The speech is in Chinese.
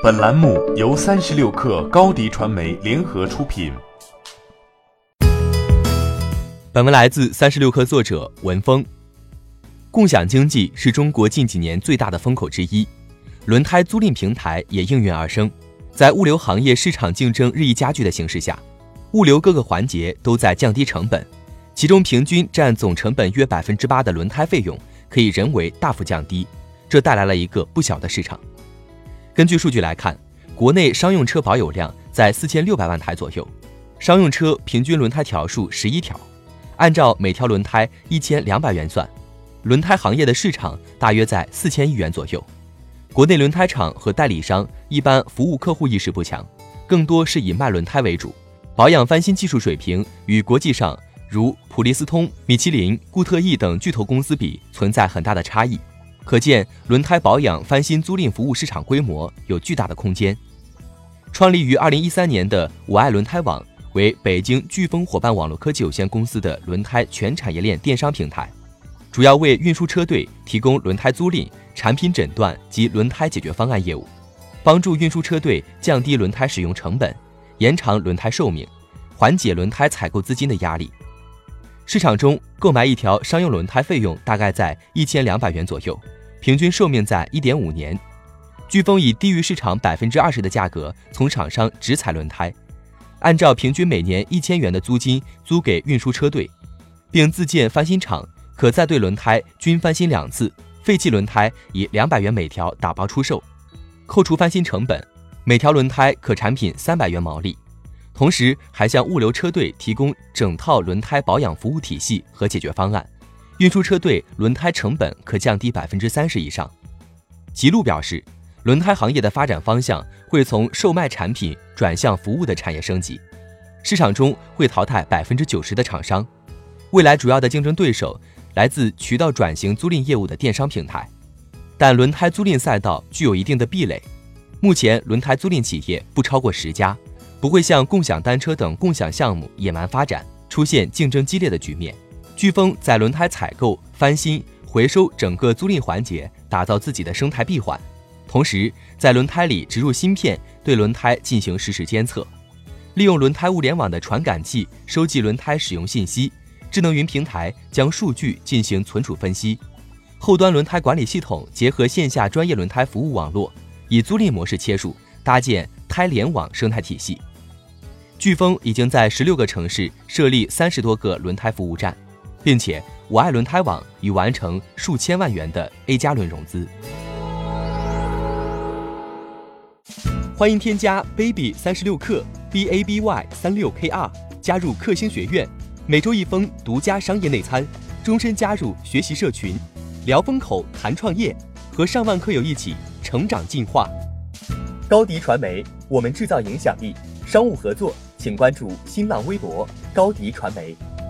本栏目由36氪高迪传媒联合出品。 本文来自36氪作者文峰。共享经济是中国近几年最大的风口之一，轮胎租赁平台也应运而生。在物流行业市场竞争日益加剧的形势下，物流各个环节都在降低成本，其中平均占总成本约 8% 的轮胎费用可以人为大幅降低，这带来了一个不小的市场。根据数据来看，国内商用车保有量在4600万台左右，商用车平均轮胎条数11条，按照每条轮胎1200元算，轮胎行业的市场大约在4000亿元左右。国内轮胎厂和代理商一般服务客户意识不强，更多是以卖轮胎为主，保养翻新技术水平与国际上如普利司通、米其林、固特异等巨头公司比存在很大的差异，可见轮胎保养翻新租赁服务市场规模有巨大的空间。创立于2013年的我爱轮胎网为北京飓风伙伴网络科技有限公司的轮胎全产业链电商平台，主要为运输车队提供轮胎租赁、产品诊断及轮胎解决方案业务，帮助运输车队降低轮胎使用成本，延长轮胎寿命，缓解轮胎采购资金的压力。市场中购买一条商用轮胎费用大概在1200元左右，平均寿命在 1.5 年。飓风以低于市场 20% 的价格从厂商直采轮胎，按照平均每年1000元的租金租给运输车队，并自建翻新厂，可再对轮胎均翻新2次，废弃轮胎以200元每条打包出售，扣除翻新成本，每条轮胎可产品300元毛利。同时还向物流车队提供整套轮胎保养服务体系和解决方案，运输车队轮胎成本可降低 30% 以上。吉路表示，轮胎行业的发展方向会从售卖产品转向服务的产业升级，市场中会淘汰 90% 的厂商，未来主要的竞争对手来自渠道转型租赁业务的电商平台。但轮胎租赁赛道具有一定的壁垒，目前轮胎租赁企业不超过10家，不会像共享单车等共享项目野蛮发展，出现竞争激烈的局面。飓风在轮胎采购、翻新、回收整个租赁环节打造自己的生态闭环，同时在轮胎里植入芯片，对轮胎进行实时监测，利用轮胎物联网的传感器收集轮胎使用信息，智能云平台将数据进行存储分析，后端轮胎管理系统结合线下专业轮胎服务网络，以租赁模式切入，搭建胎联网生态体系。飓风已经在16个城市设立30多个轮胎服务站，并且我爱轮胎网已完成数千万元的 A 加轮融资。欢迎添加 baby 36克 BABY 36KR 加入克星学院，每周1封独家商业内参，终身加入学习社群，聊风口谈创业，和上万课友一起成长进化。高迪传媒，我们制造影响力。商务合作请关注新浪微博高迪传媒。